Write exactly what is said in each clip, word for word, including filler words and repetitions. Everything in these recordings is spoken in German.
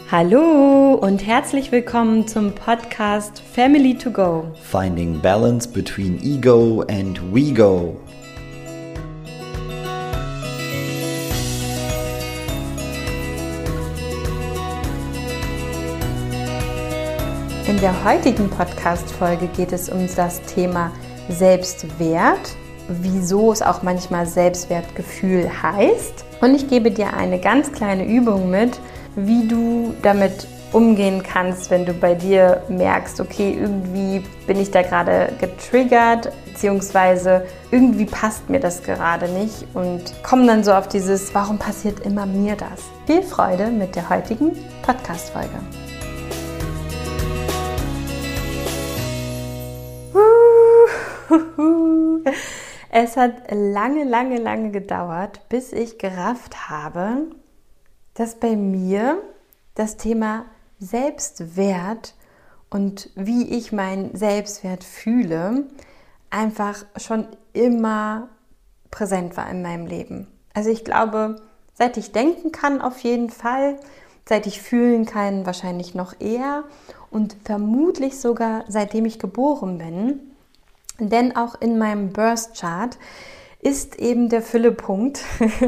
Hallo und herzlich willkommen zum Podcast Family to Go. Finding balance between ego and we go. In der heutigen Podcast-Folge geht es um das Thema Selbstwert, wieso es auch manchmal Selbstwertgefühl heißt. Und ich gebe dir eine ganz kleine Übung mit, wie du damit umgehen kannst, wenn du bei dir merkst, okay, irgendwie bin ich da gerade getriggert, beziehungsweise irgendwie passt mir das gerade nicht und komm dann so auf dieses, warum passiert immer mir das? Viel Freude mit der heutigen Podcast-Folge. Es hat lange, lange, lange gedauert, bis ich gerafft habe, dass bei mir das Thema Selbstwert und wie ich meinen Selbstwert fühle, einfach schon immer präsent war in meinem Leben. Also ich glaube, seit ich denken kann auf jeden Fall, seit ich fühlen kann wahrscheinlich noch eher und vermutlich sogar seitdem ich geboren bin. Denn auch in meinem Birth Chart ist eben der Füllepunkt,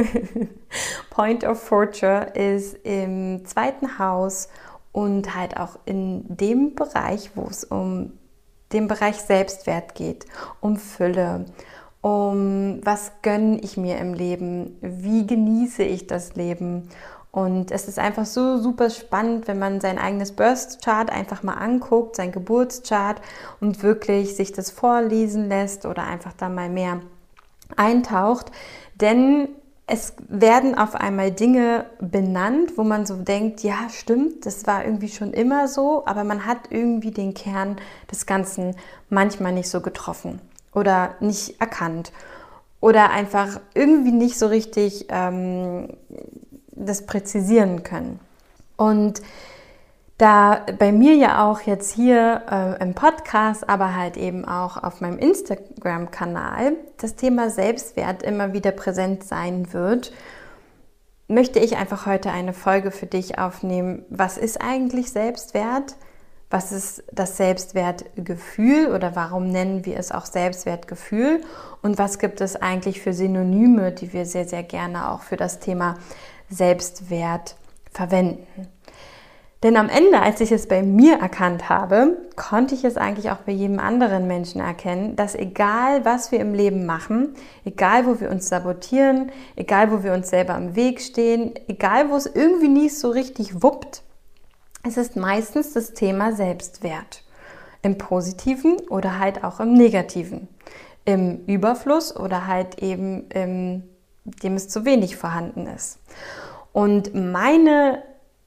Point of Fortune, ist im zweiten Haus und halt auch in dem Bereich, wo es um den Bereich Selbstwert geht, um Fülle, um was gönne ich mir im Leben, wie genieße ich das Leben. Und es ist einfach so super spannend, wenn man sein eigenes Birth Chart einfach mal anguckt, sein Geburtschart und wirklich sich das vorlesen lässt oder einfach da mal mehr eintaucht, denn es werden auf einmal Dinge benannt, wo man so denkt, ja stimmt, das war irgendwie schon immer so, aber man hat irgendwie den Kern des Ganzen manchmal nicht so getroffen oder nicht erkannt oder einfach irgendwie nicht so richtig ähm, das präzisieren können. Und da bei mir ja auch jetzt hier äh, im Podcast, aber halt eben auch auf meinem Instagram-Kanal das Thema Selbstwert immer wieder präsent sein wird, möchte ich einfach heute eine Folge für dich aufnehmen. Was ist eigentlich Selbstwert? Was ist das Selbstwertgefühl oder warum nennen wir es auch Selbstwertgefühl? Und was gibt es eigentlich für Synonyme, die wir sehr, sehr gerne auch für das Thema Selbstwert verwenden? Denn am Ende, als ich es bei mir erkannt habe, konnte ich es eigentlich auch bei jedem anderen Menschen erkennen, dass egal, was wir im Leben machen, egal, wo wir uns sabotieren, egal, wo wir uns selber im Weg stehen, egal, wo es irgendwie nicht so richtig wuppt, es ist meistens das Thema Selbstwert. Im Positiven oder halt auch im Negativen. Im Überfluss oder halt eben im, dem es zu wenig vorhanden ist. Und meine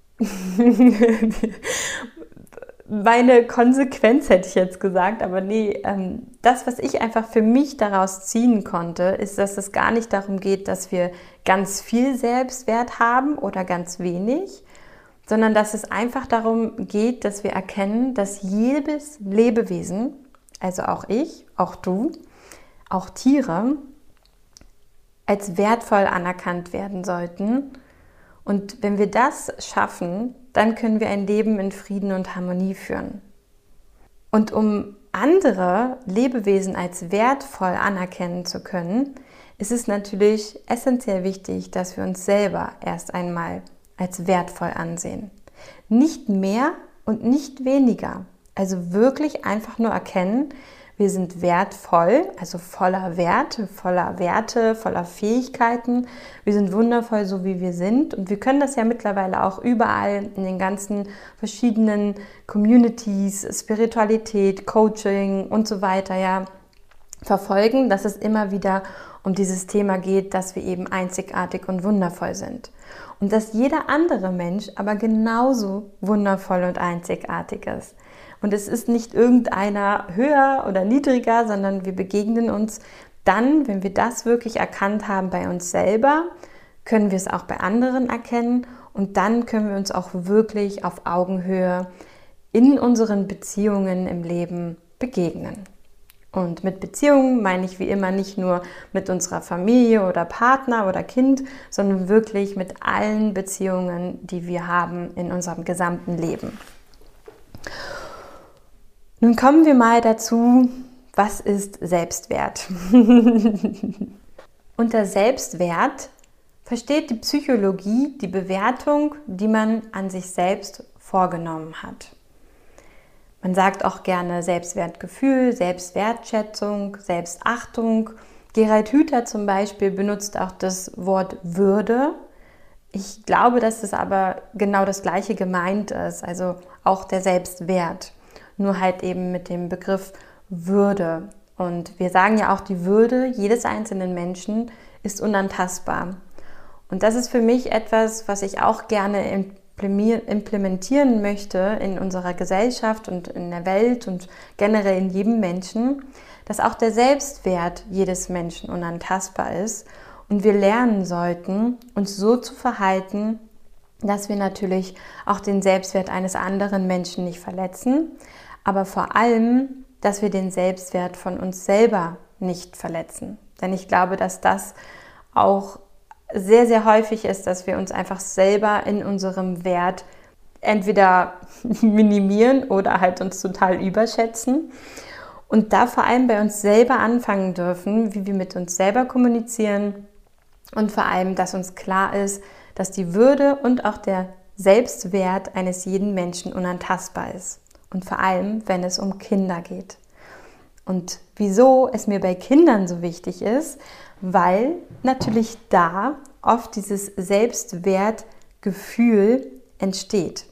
meine Konsequenz hätte ich jetzt gesagt, aber nee, ähm, das, was ich einfach für mich daraus ziehen konnte, ist, dass es gar nicht darum geht, dass wir ganz viel Selbstwert haben oder ganz wenig, sondern dass es einfach darum geht, dass wir erkennen, dass jedes Lebewesen, also auch ich, auch du, auch Tiere, als wertvoll anerkannt werden sollten. Und wenn wir das schaffen, dann können wir ein Leben in Frieden und Harmonie führen. Und um andere Lebewesen als wertvoll anerkennen zu können, ist es natürlich essentiell wichtig, dass wir uns selber erst einmal als wertvoll ansehen. Nicht mehr und nicht weniger. Also wirklich einfach nur erkennen, wir sind wertvoll, also voller Werte, voller Werte, voller Fähigkeiten. Wir sind wundervoll, so wie wir sind. Und wir können das ja mittlerweile auch überall in den ganzen verschiedenen Communities, Spiritualität, Coaching und so weiter ja verfolgen, dass es immer wieder um dieses Thema geht, dass wir eben einzigartig und wundervoll sind. Und dass jeder andere Mensch aber genauso wundervoll und einzigartig ist. Und es ist nicht irgendeiner höher oder niedriger, sondern wir begegnen uns dann, wenn wir das wirklich erkannt haben bei uns selber, können wir es auch bei anderen erkennen und dann können wir uns auch wirklich auf Augenhöhe in unseren Beziehungen im Leben begegnen. Und mit Beziehungen meine ich wie immer nicht nur mit unserer Familie oder Partner oder Kind, sondern wirklich mit allen Beziehungen, die wir haben in unserem gesamten Leben. Nun kommen wir mal dazu, was ist Selbstwert? Unter Selbstwert versteht die Psychologie die Bewertung, die man an sich selbst vorgenommen hat. Man sagt auch gerne Selbstwertgefühl, Selbstwertschätzung, Selbstachtung. Gerald Hüther zum Beispiel benutzt auch das Wort Würde. Ich glaube, dass es aber genau das Gleiche gemeint ist, also auch der Selbstwert, nur halt eben mit dem Begriff Würde. Und wir sagen ja auch, die Würde jedes einzelnen Menschen ist unantastbar. Und das ist für mich etwas, was ich auch gerne implementieren möchte in unserer Gesellschaft und in der Welt und generell in jedem Menschen, dass auch der Selbstwert jedes Menschen unantastbar ist und wir lernen sollten, uns so zu verhalten, dass wir natürlich auch den Selbstwert eines anderen Menschen nicht verletzen, aber vor allem, dass wir den Selbstwert von uns selber nicht verletzen. Denn ich glaube, dass das auch sehr, sehr häufig ist, dass wir uns einfach selber in unserem Wert entweder minimieren oder halt uns total überschätzen und da vor allem bei uns selber anfangen dürfen, wie wir mit uns selber kommunizieren und vor allem, dass uns klar ist, dass die Würde und auch der Selbstwert eines jeden Menschen unantastbar ist und vor allem, wenn es um Kinder geht. Und wieso es mir bei Kindern so wichtig ist, weil natürlich da oft dieses Selbstwertgefühl entsteht.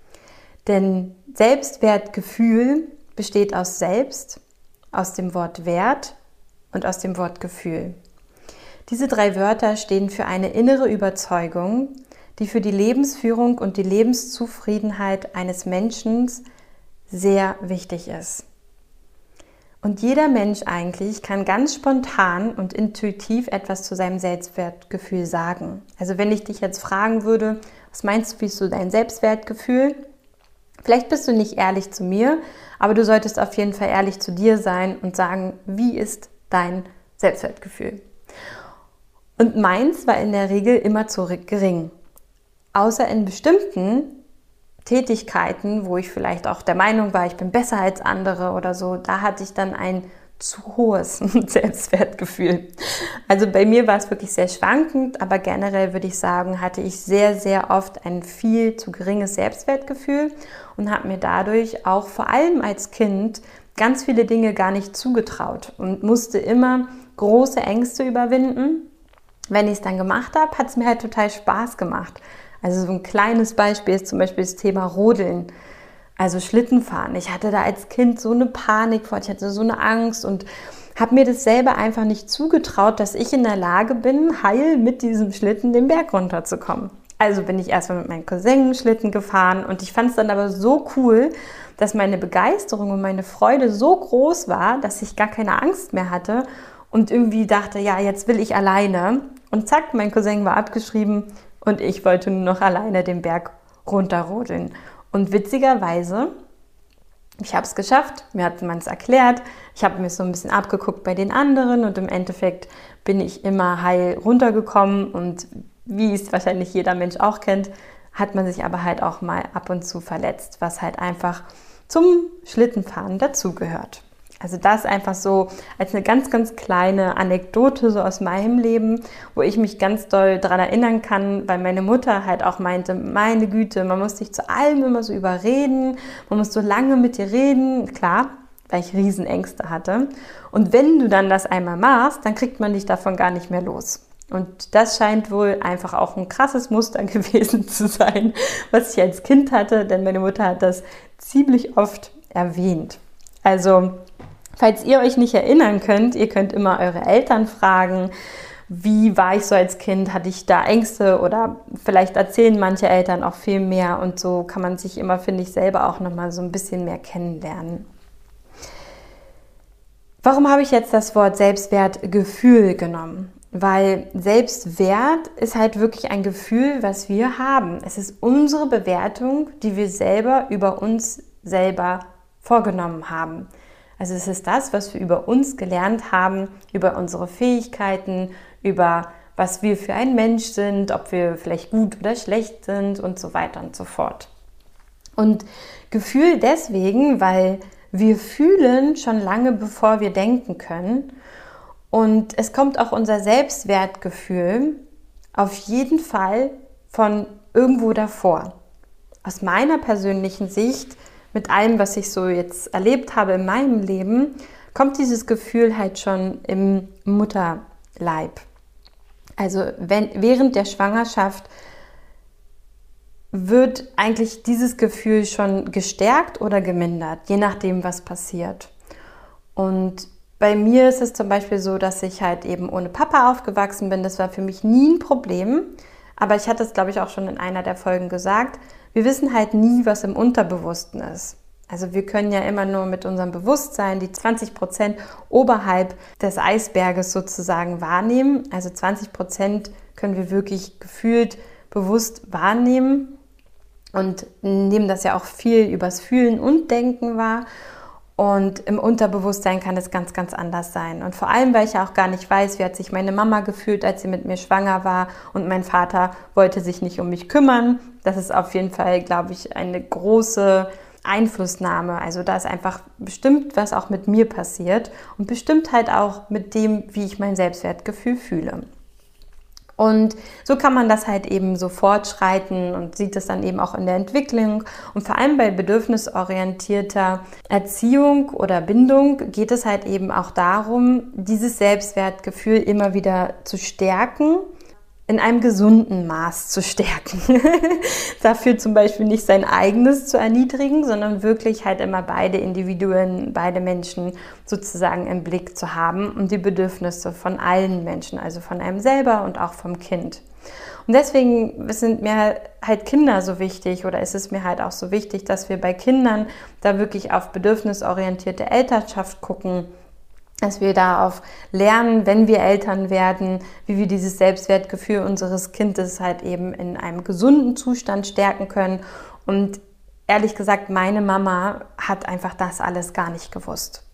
Denn Selbstwertgefühl besteht aus Selbst, aus dem Wort Wert und aus dem Wort Gefühl. Diese drei Wörter stehen für eine innere Überzeugung, die für die Lebensführung und die Lebenszufriedenheit eines Menschen sehr wichtig ist. Und jeder Mensch eigentlich kann ganz spontan und intuitiv etwas zu seinem Selbstwertgefühl sagen. Also wenn ich dich jetzt fragen würde, was meinst du, wie ist so dein Selbstwertgefühl? Vielleicht bist du nicht ehrlich zu mir, aber du solltest auf jeden Fall ehrlich zu dir sein und sagen, wie ist dein Selbstwertgefühl? Und meins war in der Regel immer zu gering. Außer in bestimmten Tätigkeiten, wo ich vielleicht auch der Meinung war, ich bin besser als andere oder so, da hatte ich dann ein zu hohes Selbstwertgefühl. Also bei mir war es wirklich sehr schwankend, aber generell würde ich sagen, hatte ich sehr, sehr oft ein viel zu geringes Selbstwertgefühl und habe mir dadurch auch vor allem als Kind ganz viele Dinge gar nicht zugetraut und musste immer große Ängste überwinden. Wenn ich es dann gemacht habe, hat es mir halt total Spaß gemacht. Also so ein kleines Beispiel ist zum Beispiel das Thema Rodeln, also Schlittenfahren. Ich hatte da als Kind so eine Panik vor, ich hatte so eine Angst und habe mir das selber einfach nicht zugetraut, dass ich in der Lage bin, heil mit diesem Schlitten den Berg runterzukommen. Also bin ich erstmal mit meinen Cousinen Schlitten gefahren und ich fand es dann aber so cool, dass meine Begeisterung und meine Freude so groß war, dass ich gar keine Angst mehr hatte und irgendwie dachte, ja, jetzt will ich alleine. Und zack, mein Cousin war abgeschrieben und ich wollte nur noch alleine den Berg runterrodeln. Und witzigerweise, ich habe es geschafft, mir hat man es erklärt, ich habe mir so ein bisschen abgeguckt bei den anderen und im Endeffekt bin ich immer heil runtergekommen und wie es wahrscheinlich jeder Mensch auch kennt, hat man sich aber halt auch mal ab und zu verletzt, was halt einfach zum Schlittenfahren dazugehört. Also das einfach so als eine ganz, ganz kleine Anekdote so aus meinem Leben, wo ich mich ganz doll daran erinnern kann, weil meine Mutter halt auch meinte, meine Güte, man muss dich zu allem immer so überreden, man muss so lange mit dir reden, klar, weil ich Riesenängste hatte. Und wenn du dann das einmal machst, dann kriegt man dich davon gar nicht mehr los. Und das scheint wohl einfach auch ein krasses Muster gewesen zu sein, was ich als Kind hatte, denn meine Mutter hat das ziemlich oft erwähnt. Also falls ihr euch nicht erinnern könnt, ihr könnt immer eure Eltern fragen, wie war ich so als Kind, hatte ich da Ängste oder vielleicht erzählen manche Eltern auch viel mehr und so kann man sich immer, finde ich, selber auch nochmal so ein bisschen mehr kennenlernen. Warum habe ich jetzt das Wort Selbstwertgefühl genommen? Weil Selbstwert ist halt wirklich ein Gefühl, was wir haben. Es ist unsere Bewertung, die wir selber über uns selber vorgenommen haben. Also es ist das, was wir über uns gelernt haben, über unsere Fähigkeiten, über was wir für ein Mensch sind, ob wir vielleicht gut oder schlecht sind und so weiter und so fort. Und Gefühl deswegen, weil wir fühlen schon lange, bevor wir denken können. Und es kommt auch unser Selbstwertgefühl auf jeden Fall von irgendwo davor. Aus meiner persönlichen Sicht, mit allem, was ich so jetzt erlebt habe in meinem Leben, kommt dieses Gefühl halt schon im Mutterleib. Also wenn, während der Schwangerschaft wird eigentlich dieses Gefühl schon gestärkt oder gemindert, je nachdem, was passiert. Und bei mir ist es zum Beispiel so, dass ich halt eben ohne Papa aufgewachsen bin. Das war für mich nie ein Problem. Aber ich hatte es, glaube ich, auch schon in einer der Folgen gesagt. Wir wissen halt nie, was im Unterbewussten ist. Also wir können ja immer nur mit unserem Bewusstsein die zwanzig Prozent oberhalb des Eisberges sozusagen wahrnehmen. Also zwanzig Prozent können wir wirklich gefühlt bewusst wahrnehmen und nehmen das ja auch viel übers Fühlen und Denken wahr. Und im Unterbewusstsein kann es ganz, ganz anders sein. Und vor allem, weil ich ja auch gar nicht weiß, wie hat sich meine Mama gefühlt, als sie mit mir schwanger war und mein Vater wollte sich nicht um mich kümmern. Das ist auf jeden Fall, glaube ich, eine große Einflussnahme. Also da ist einfach bestimmt, was auch mit mir passiert und bestimmt halt auch mit dem, wie ich mein Selbstwertgefühl fühle. Und so kann man das halt eben so fortschreiten und sieht es dann eben auch in der Entwicklung. Und vor allem bei bedürfnisorientierter Erziehung oder Bindung geht es halt eben auch darum, dieses Selbstwertgefühl immer wieder zu stärken, in einem gesunden Maß zu stärken. Dafür zum Beispiel nicht sein eigenes zu erniedrigen, sondern wirklich halt immer beide Individuen, beide Menschen sozusagen im Blick zu haben und die Bedürfnisse von allen Menschen, also von einem selber und auch vom Kind. Und deswegen sind mir halt Kinder so wichtig oder ist es mir halt auch so wichtig, dass wir bei Kindern da wirklich auf bedürfnisorientierte Elternschaft gucken, dass wir darauf lernen, wenn wir Eltern werden, wie wir dieses Selbstwertgefühl unseres Kindes halt eben in einem gesunden Zustand stärken können. Und ehrlich gesagt, meine Mama hat einfach das alles gar nicht gewusst.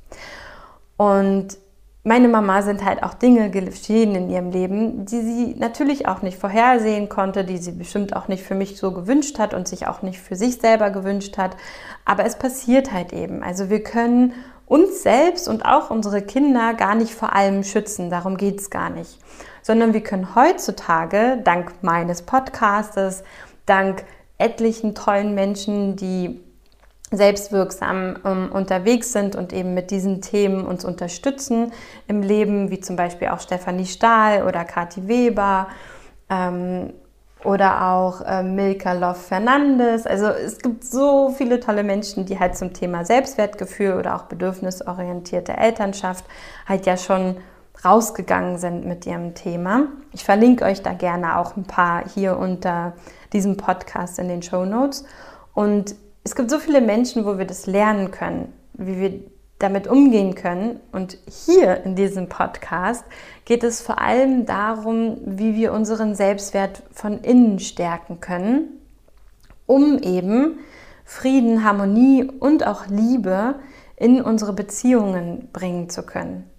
Und meine Mama sind halt auch Dinge geschehen in ihrem Leben, die sie natürlich auch nicht vorhersehen konnte, die sie bestimmt auch nicht für mich so gewünscht hat und sich auch nicht für sich selber gewünscht hat. Aber es passiert halt eben. Also wir können uns selbst und auch unsere Kinder gar nicht vor allem schützen, darum geht es gar nicht. Sondern wir können heutzutage, dank meines Podcastes, dank etlichen tollen Menschen, die selbstwirksam ähm, unterwegs sind und eben mit diesen Themen uns unterstützen im Leben, wie zum Beispiel auch Stefanie Stahl oder Kathi Weber, ähm, oder auch äh, Milka Love Fernandes. Also es gibt so viele tolle Menschen, die halt zum Thema Selbstwertgefühl oder auch bedürfnisorientierte Elternschaft halt ja schon rausgegangen sind mit ihrem Thema. Ich verlinke euch da gerne auch ein paar hier unter diesem Podcast in den Shownotes. Und es gibt so viele Menschen, wo wir das lernen können, wie wir damit umgehen können. Und hier in diesem Podcast geht es vor allem darum, wie wir unseren Selbstwert von innen stärken können, um eben Frieden, Harmonie und auch Liebe in unsere Beziehungen bringen zu können.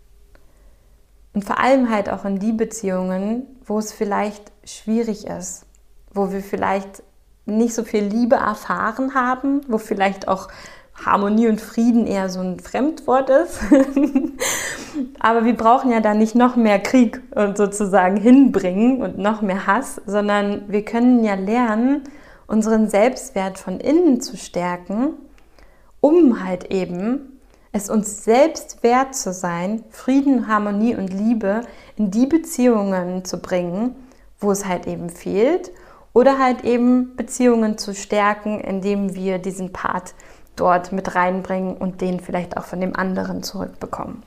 Und vor allem halt auch in die Beziehungen, wo es vielleicht schwierig ist, wo wir vielleicht nicht so viel Liebe erfahren haben, wo vielleicht auch Harmonie und Frieden eher so ein Fremdwort ist. Aber wir brauchen ja da nicht noch mehr Krieg und sozusagen hinbringen und noch mehr Hass, sondern wir können ja lernen, unseren Selbstwert von innen zu stärken, um halt eben es uns selbst wert zu sein, Frieden, Harmonie und Liebe in die Beziehungen zu bringen, wo es halt eben fehlt, oder halt eben Beziehungen zu stärken, indem wir diesen Part dort mit reinbringen und den vielleicht auch von dem anderen zurückbekommen.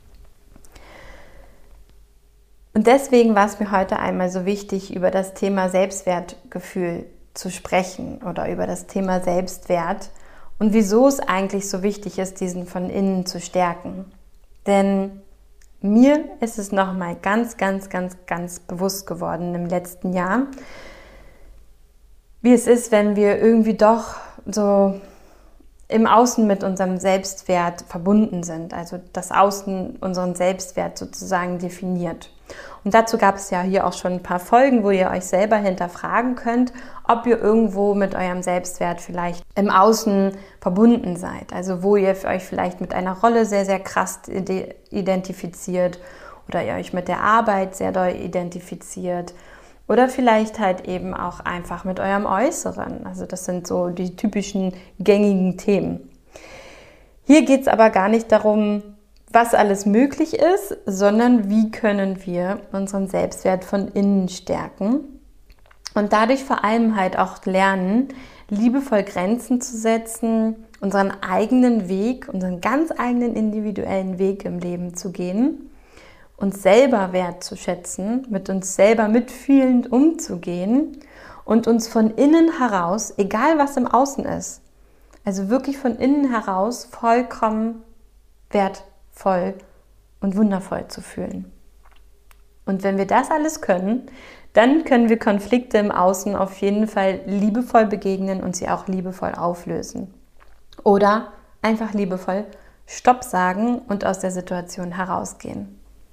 Und deswegen war es mir heute einmal so wichtig, über das Thema Selbstwertgefühl zu sprechen oder über das Thema Selbstwert und wieso es eigentlich so wichtig ist, diesen von innen zu stärken. Denn mir ist es nochmal ganz, ganz, ganz, ganz bewusst geworden im letzten Jahr, wie es ist, wenn wir irgendwie doch so im Außen mit unserem Selbstwert verbunden sind, also das Außen unseren Selbstwert sozusagen definiert. Und dazu gab es ja hier auch schon ein paar Folgen, wo ihr euch selber hinterfragen könnt, ob ihr irgendwo mit eurem Selbstwert vielleicht im Außen verbunden seid. Also wo ihr euch vielleicht mit einer Rolle sehr, sehr krass identifiziert oder ihr euch mit der Arbeit sehr doll identifiziert. Oder vielleicht halt eben auch einfach mit eurem Äußeren. Also das sind so die typischen gängigen Themen. Hier geht es aber gar nicht darum, was alles möglich ist, sondern wie können wir unseren Selbstwert von innen stärken und dadurch vor allem halt auch lernen, liebevoll Grenzen zu setzen, unseren eigenen Weg, unseren ganz eigenen individuellen Weg im Leben zu gehen, uns selber wertzuschätzen, mit uns selber mitfühlend umzugehen und uns von innen heraus, egal was im Außen ist, also wirklich von innen heraus vollkommen wertvoll und wundervoll zu fühlen. Und wenn wir das alles können, dann können wir Konflikte im Außen auf jeden Fall liebevoll begegnen und sie auch liebevoll auflösen. Oder einfach liebevoll Stopp sagen und aus der Situation herausgehen.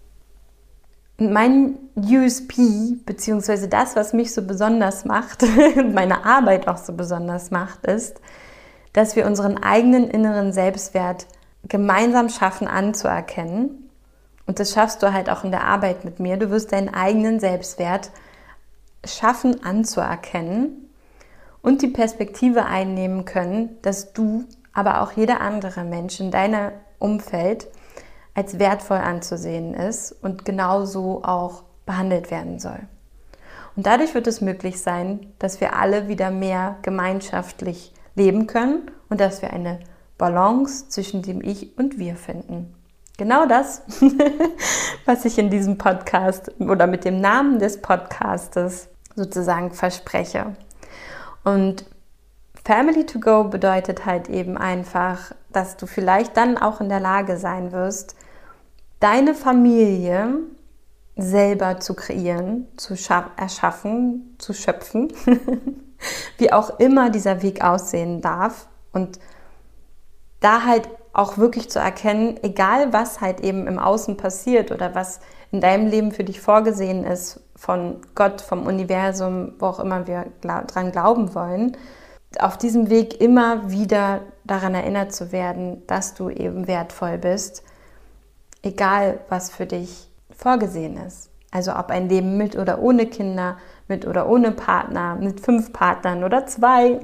Und mein U S P, beziehungsweise das, was mich so besonders macht und meine Arbeit auch so besonders macht, ist, dass wir unseren eigenen inneren Selbstwert gemeinsam schaffen anzuerkennen. Und das schaffst du halt auch in der Arbeit mit mir. Du wirst deinen eigenen Selbstwert schaffen anzuerkennen und die Perspektive einnehmen können, dass du, aber auch jeder andere Mensch in deinem Umfeld als wertvoll anzusehen ist und genauso auch behandelt werden soll. Und dadurch wird es möglich sein, dass wir alle wieder mehr gemeinschaftlich leben können und dass wir eine Balance zwischen dem Ich und Wir finden. Genau das, was ich in diesem Podcast oder mit dem Namen des Podcastes sozusagen verspreche. Und Family to Go bedeutet halt eben einfach, dass du vielleicht dann auch in der Lage sein wirst, deine Familie selber zu kreieren, zu erschaffen, zu schöpfen, wie auch immer dieser Weg aussehen darf. Und da halt auch wirklich zu erkennen, egal was halt eben im Außen passiert oder was in deinem Leben für dich vorgesehen ist, von Gott, vom Universum, wo auch immer wir dran glauben wollen, auf diesem Weg immer wieder daran erinnert zu werden, dass du eben wertvoll bist, egal was für dich vorgesehen ist. Also ob ein Leben mit oder ohne Kinder, mit oder ohne Partner, mit fünf Partnern oder zwei.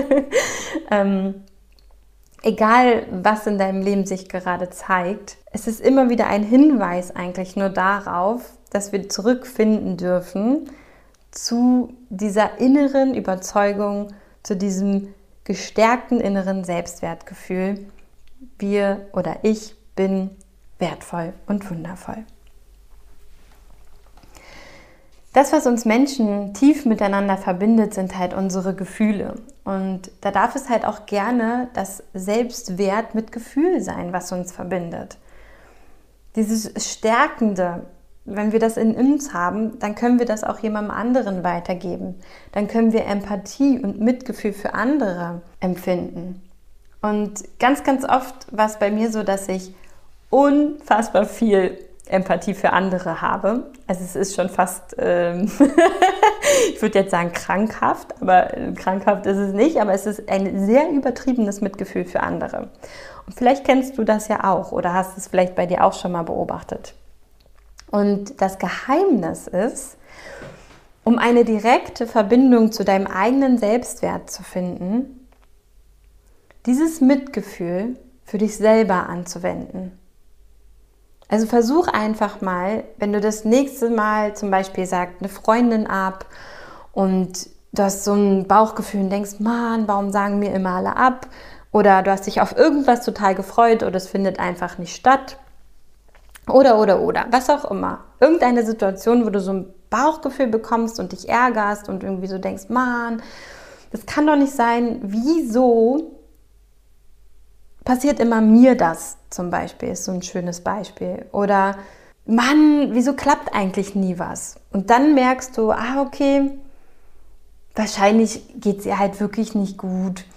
ähm, egal was in deinem Leben sich gerade zeigt, es ist immer wieder ein Hinweis eigentlich nur darauf, dass wir zurückfinden dürfen zu dieser inneren Überzeugung, zu diesem gestärkten inneren Selbstwertgefühl. Wir oder ich bin wertvoll und wundervoll. Das, was uns Menschen tief miteinander verbindet, sind halt unsere Gefühle. Und da darf es halt auch gerne das Selbstwert mit Gefühl sein, was uns verbindet. Dieses Stärkende, wenn wir das in uns haben, dann können wir das auch jemandem anderen weitergeben. Dann können wir Empathie und Mitgefühl für andere empfinden. Und ganz, ganz oft war es bei mir so, dass ich unfassbar viel Empathie für andere habe. Also es ist schon fast, ähm ich würde jetzt sagen krankhaft, aber krankhaft ist es nicht, aber es ist ein sehr übertriebenes Mitgefühl für andere. Und vielleicht kennst du das ja auch oder hast es vielleicht bei dir auch schon mal beobachtet. Und das Geheimnis ist, um eine direkte Verbindung zu deinem eigenen Selbstwert zu finden, dieses Mitgefühl für dich selber anzuwenden. Also versuch einfach mal, wenn du das nächste Mal zum Beispiel sagt eine Freundin ab und du hast so ein Bauchgefühl und denkst, Mann, warum sagen mir immer alle ab? Oder du hast dich auf irgendwas total gefreut oder es findet einfach nicht statt. Oder, oder, oder, was auch immer. Irgendeine Situation, wo du so ein Bauchgefühl bekommst und dich ärgerst und irgendwie so denkst, Mann, das kann doch nicht sein. Wieso passiert immer mir das zum Beispiel, ist so ein schönes Beispiel. Oder, Mann, wieso klappt eigentlich nie was? Und dann merkst du, ah, okay, wahrscheinlich geht es ihr halt wirklich nicht gut.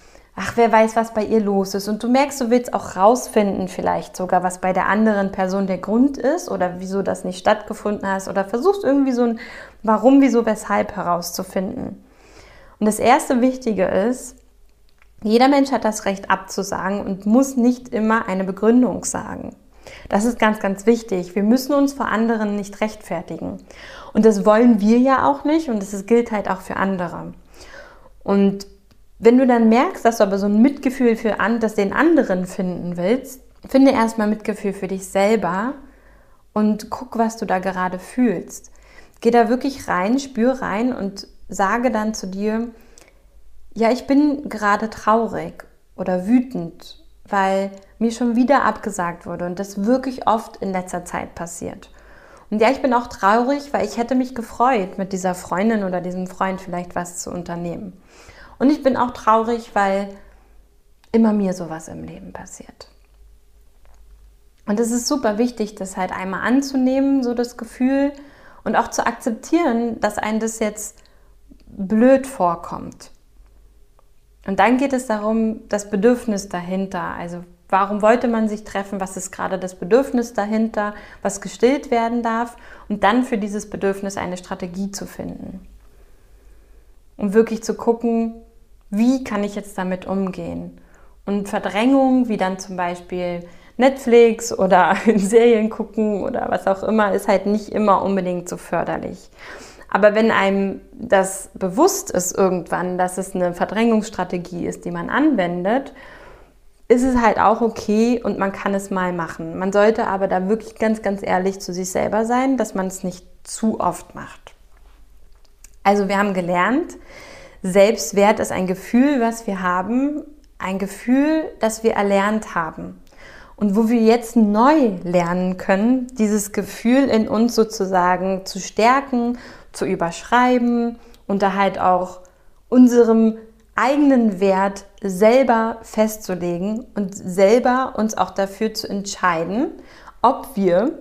ach, wer weiß, was bei ihr los ist. Und du merkst, du willst auch rausfinden vielleicht sogar, was bei der anderen Person der Grund ist oder wieso das nicht stattgefunden hat oder versuchst irgendwie so ein Warum, wieso, weshalb herauszufinden. Und das erste Wichtige ist, jeder Mensch hat das Recht abzusagen und muss nicht immer eine Begründung sagen. Das ist ganz, ganz wichtig. Wir müssen uns vor anderen nicht rechtfertigen. Und das wollen wir ja auch nicht und das gilt halt auch für andere. Und wenn du dann merkst, dass du aber so ein Mitgefühl für an, das den anderen finden willst, finde erstmal Mitgefühl für dich selber und guck, was du da gerade fühlst. Geh da wirklich rein, spür rein und sage dann zu dir, ja, ich bin gerade traurig oder wütend, weil mir schon wieder abgesagt wurde und das wirklich oft in letzter Zeit passiert. Und ja, ich bin auch traurig, weil ich hätte mich gefreut, mit dieser Freundin oder diesem Freund vielleicht was zu unternehmen. Und ich bin auch traurig, weil immer mir sowas im Leben passiert. Und es ist super wichtig, das halt einmal anzunehmen, so das Gefühl, und auch zu akzeptieren, dass einem das jetzt blöd vorkommt. Und dann geht es darum, das Bedürfnis dahinter. Also warum wollte man sich treffen? Was ist gerade das Bedürfnis dahinter? Was gestillt werden darf? Und dann für dieses Bedürfnis eine Strategie zu finden. Um wirklich zu gucken, wie kann ich jetzt damit umgehen? Und Verdrängung, wie dann zum Beispiel Netflix oder Serien gucken oder was auch immer, ist halt nicht immer unbedingt so förderlich. Aber wenn einem das bewusst ist irgendwann, dass es eine Verdrängungsstrategie ist, die man anwendet, ist es halt auch okay und man kann es mal machen. Man sollte aber da wirklich ganz, ganz ehrlich zu sich selber sein, dass man es nicht zu oft macht. Also wir haben gelernt, Selbstwert ist ein Gefühl, was wir haben, ein Gefühl, das wir erlernt haben. Und wo wir jetzt neu lernen können, dieses Gefühl in uns sozusagen zu stärken, zu überschreiben und da halt auch unserem eigenen Wert selber festzulegen und selber uns auch dafür zu entscheiden, ob wir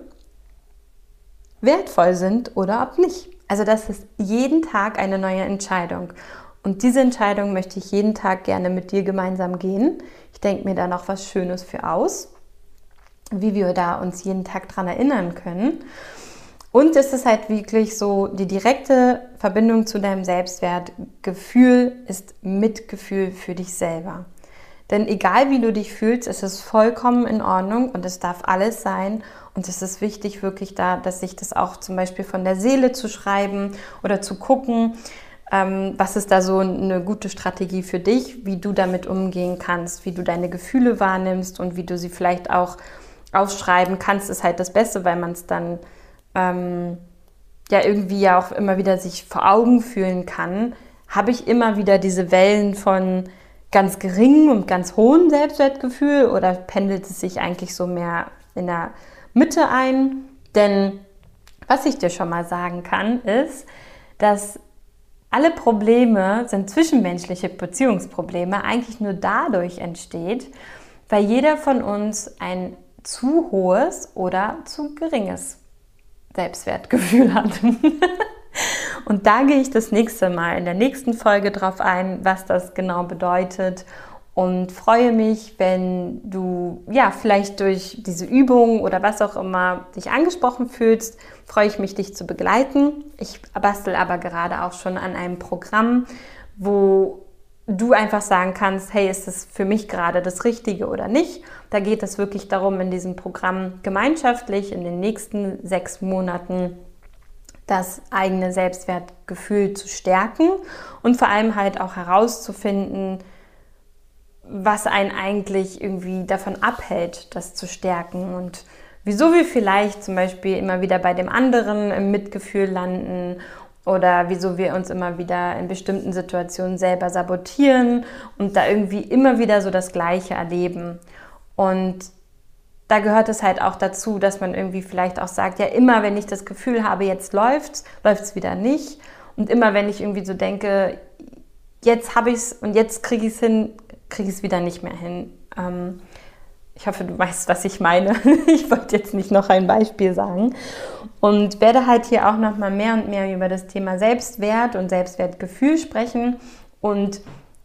wertvoll sind oder ob nicht. Also das ist jeden Tag eine neue Entscheidung. Und diese Entscheidung möchte ich jeden Tag gerne mit dir gemeinsam gehen. Ich denke mir da noch was Schönes für aus, wie wir da uns jeden Tag dran erinnern können. Und es ist halt wirklich so, die direkte Verbindung zu deinem Selbstwertgefühl ist Mitgefühl für dich selber. Denn egal wie du dich fühlst, es ist vollkommen in Ordnung und es darf alles sein. Und es ist wichtig wirklich da, dass sich das auch zum Beispiel von der Seele zu schreiben oder zu gucken, ähm, was ist da so eine gute Strategie für dich, wie du damit umgehen kannst, wie du deine Gefühle wahrnimmst und wie du sie vielleicht auch aufschreiben kannst, ist halt das Beste, weil man es dann ähm, ja irgendwie ja auch immer wieder sich vor Augen fühlen kann. Habe ich immer wieder diese Wellen von ganz geringem und ganz hohem Selbstwertgefühl oder pendelt es sich eigentlich so mehr in der Mitte ein? Denn was ich dir schon mal sagen kann, ist, dass alle Probleme, sind zwischenmenschliche Beziehungsprobleme, eigentlich nur dadurch entsteht, weil jeder von uns ein zu hohes oder zu geringes Selbstwertgefühl hat. Und da gehe ich das nächste Mal in der nächsten Folge drauf ein, was das genau bedeutet und freue mich, wenn du ja vielleicht durch diese Übung oder was auch immer dich angesprochen fühlst, freue ich mich, dich zu begleiten. Ich bastel aber gerade auch schon an einem Programm, wo du einfach sagen kannst, hey, ist das für mich gerade das Richtige oder nicht? Da geht es wirklich darum, in diesem Programm gemeinschaftlich in den nächsten sechs Monaten das eigene Selbstwertgefühl zu stärken und vor allem halt auch herauszufinden, was einen eigentlich irgendwie davon abhält, das zu stärken und wieso wir vielleicht zum Beispiel immer wieder bei dem anderen im Mitgefühl landen oder wieso wir uns immer wieder in bestimmten Situationen selber sabotieren und da irgendwie immer wieder so das Gleiche erleben. Und da gehört es halt auch dazu, dass man irgendwie vielleicht auch sagt, ja, immer wenn ich das Gefühl habe, jetzt läuft's, läuft's wieder nicht. Und immer wenn ich irgendwie so denke, jetzt habe ich es und jetzt kriege ich es hin, kriege ich es wieder nicht mehr hin. Ähm, ich hoffe, du weißt, was ich meine. Ich wollte jetzt nicht noch ein Beispiel sagen. Und werde halt hier auch noch mal mehr und mehr über das Thema Selbstwert und Selbstwertgefühl sprechen. Und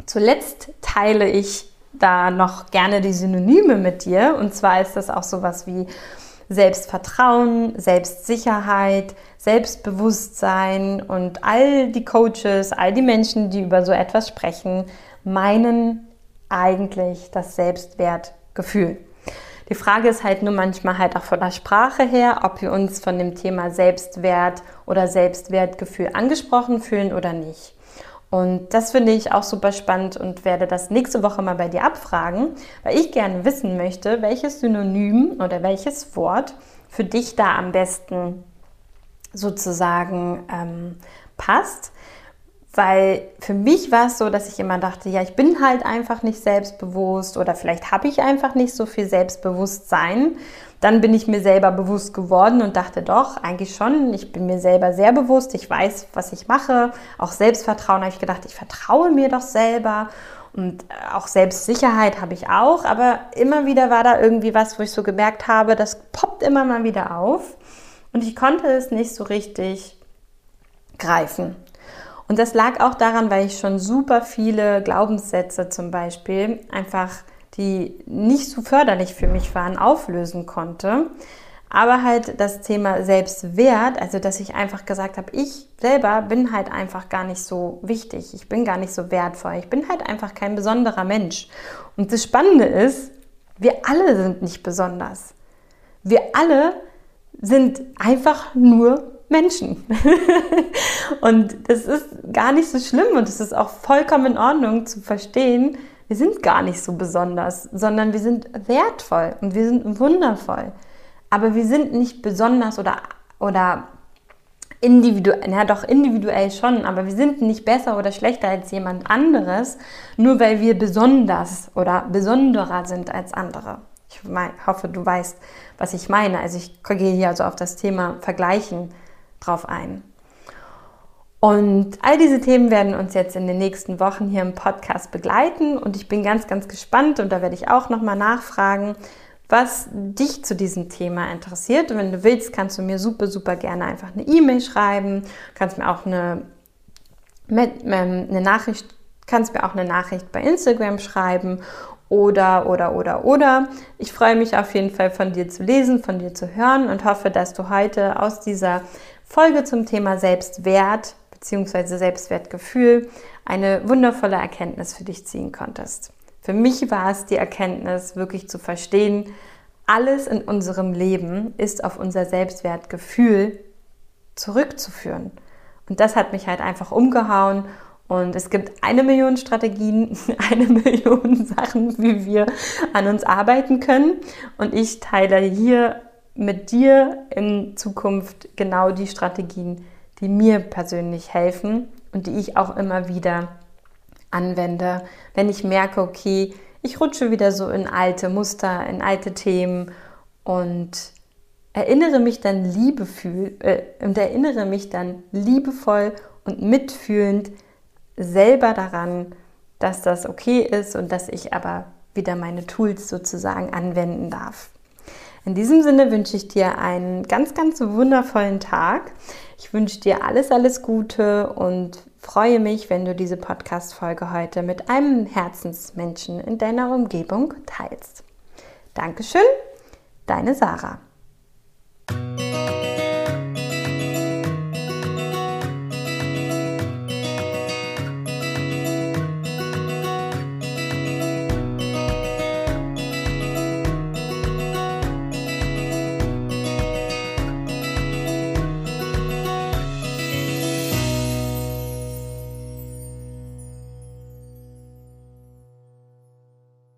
Zuletzt teile ich da noch gerne die Synonyme mit dir. Und zwar ist das auch sowas wie Selbstvertrauen, Selbstsicherheit, Selbstbewusstsein und all die Coaches, all die Menschen, die über so etwas sprechen, meinen eigentlich das Selbstwertgefühl. Die Frage ist halt nur manchmal halt auch von der Sprache her, ob wir uns von dem Thema Selbstwert oder Selbstwertgefühl angesprochen fühlen oder nicht. Und das finde ich auch super spannend und werde das nächste Woche mal bei dir abfragen, weil ich gerne wissen möchte, welches Synonym oder welches Wort für dich da am besten sozusagen ähm, passt. Weil für mich war es so, dass ich immer dachte, ja, ich bin halt einfach nicht selbstbewusst oder vielleicht habe ich einfach nicht so viel Selbstbewusstsein. Dann bin ich mir selber bewusst geworden und dachte doch, eigentlich schon, ich bin mir selber sehr bewusst, ich weiß, was ich mache. Auch Selbstvertrauen habe ich gedacht, ich vertraue mir doch selber und auch Selbstsicherheit habe ich auch. Aber immer wieder war da irgendwie was, wo ich so gemerkt habe, das poppt immer mal wieder auf und ich konnte es nicht so richtig greifen. Und das lag auch daran, weil ich schon super viele Glaubenssätze zum Beispiel einfach, die nicht so förderlich für mich waren, auflösen konnte. Aber halt das Thema Selbstwert, also dass ich einfach gesagt habe, ich selber bin halt einfach gar nicht so wichtig, ich bin gar nicht so wertvoll, ich bin halt einfach kein besonderer Mensch. Und das Spannende ist, wir alle sind nicht besonders. Wir alle sind einfach nur Menschen. Und das ist gar nicht so schlimm und es ist auch vollkommen in Ordnung zu verstehen, wir sind gar nicht so besonders, sondern wir sind wertvoll und wir sind wundervoll. Aber wir sind nicht besonders oder, oder individuell, ja doch individuell schon, aber wir sind nicht besser oder schlechter als jemand anderes, nur weil wir besonders oder besonderer sind als andere. Ich hoffe, du weißt, was ich meine. Also ich gehe hier also auf das Thema Vergleichen drauf ein. Und all diese Themen werden uns jetzt in den nächsten Wochen hier im Podcast begleiten und ich bin ganz, ganz gespannt und da werde ich auch nochmal nachfragen, was dich zu diesem Thema interessiert. Und wenn du willst, kannst du mir super, super gerne einfach eine E-Mail schreiben, kannst mir auch eine, eine Nachricht, kannst mir auch eine Nachricht bei Instagram schreiben oder, oder, oder, oder. Ich freue mich auf jeden Fall von dir zu lesen, von dir zu hören und hoffe, dass du heute aus dieser Folge zum Thema Selbstwert bzw. Selbstwertgefühl eine wundervolle Erkenntnis für dich ziehen konntest. Für mich war es die Erkenntnis, wirklich zu verstehen, alles in unserem Leben ist auf unser Selbstwertgefühl zurückzuführen. Und das hat mich halt einfach umgehauen. Und es gibt eine Million Strategien, eine Million Sachen, wie wir an uns arbeiten können. Und ich teile hier mit dir in Zukunft genau die Strategien, die mir persönlich helfen und die ich auch immer wieder anwende, wenn ich merke, okay, ich rutsche wieder so in alte Muster, in alte Themen und erinnere mich dann liebevoll äh, und erinnere mich dann liebevoll und mitfühlend selber daran, dass das okay ist und dass ich aber wieder meine Tools sozusagen anwenden darf. In diesem Sinne wünsche ich dir einen ganz, ganz wundervollen Tag. Ich wünsche dir alles, alles Gute und freue mich, wenn du diese Podcast-Folge heute mit einem Herzensmenschen in deiner Umgebung teilst. Dankeschön, deine Sarah.